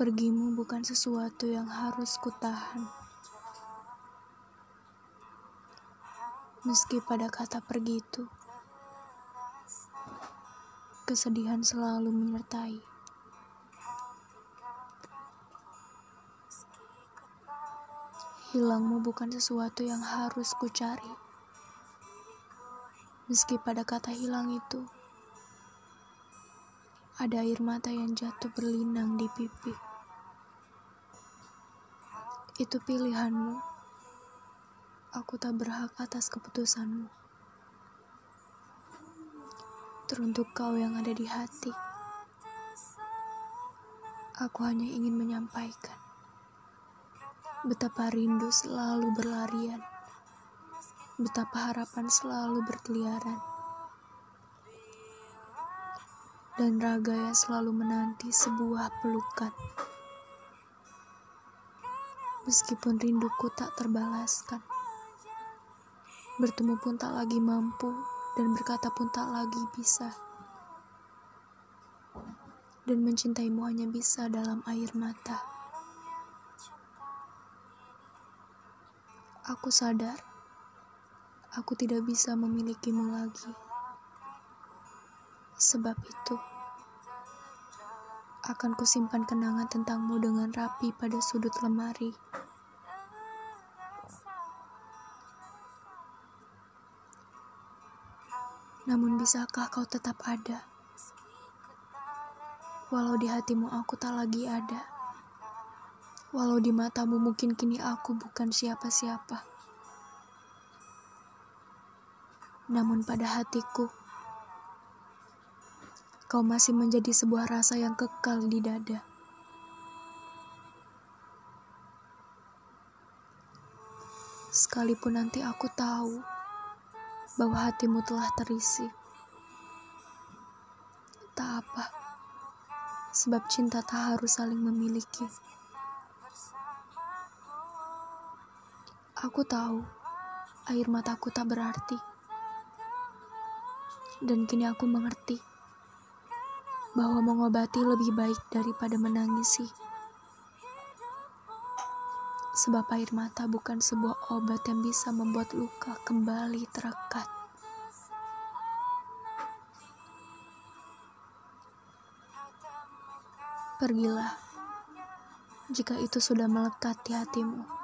Pergimu bukan sesuatu yang harus kutahan. Meski pada kata pergi itu, kesedihan selalu menyertai. Hilangmu bukan sesuatu yang harus kucari. Meski pada kata hilang itu, ada air mata yang jatuh berlinang di pipi. Itu pilihanmu. Aku tak berhak atas keputusanmu. Teruntuk kau yang ada di hati, aku hanya ingin menyampaikan betapa rindu selalu berlarian, betapa harapan selalu berkeliaran, dan raga yang selalu menanti sebuah pelukan. Meskipun rinduku tak terbalaskan, bertemu pun tak lagi mampu, dan berkata pun tak lagi bisa, dan mencintaimu hanya bisa dalam air mata. Aku sadar, aku tidak bisa memilikimu lagi. Sebab itu, akan kusimpan kenangan tentangmu dengan rapi pada sudut lemari. Namun bisakah kau tetap ada? Walau di hatimu aku tak lagi ada. Walau di matamu mungkin kini aku bukan siapa-siapa. Namun pada hatiku, kau masih menjadi sebuah rasa yang kekal di dada. Sekalipun nanti aku tahu bahwa hatimu telah terisi, tak apa, sebab cinta tak harus saling memiliki. Aku tahu air mataku tak berarti, dan kini aku mengerti bahwa mengobati lebih baik daripada menangisi. Sebab air mata bukan sebuah obat yang bisa membuat luka kembali terekat. Pergilah jika itu sudah melekat di hatimu.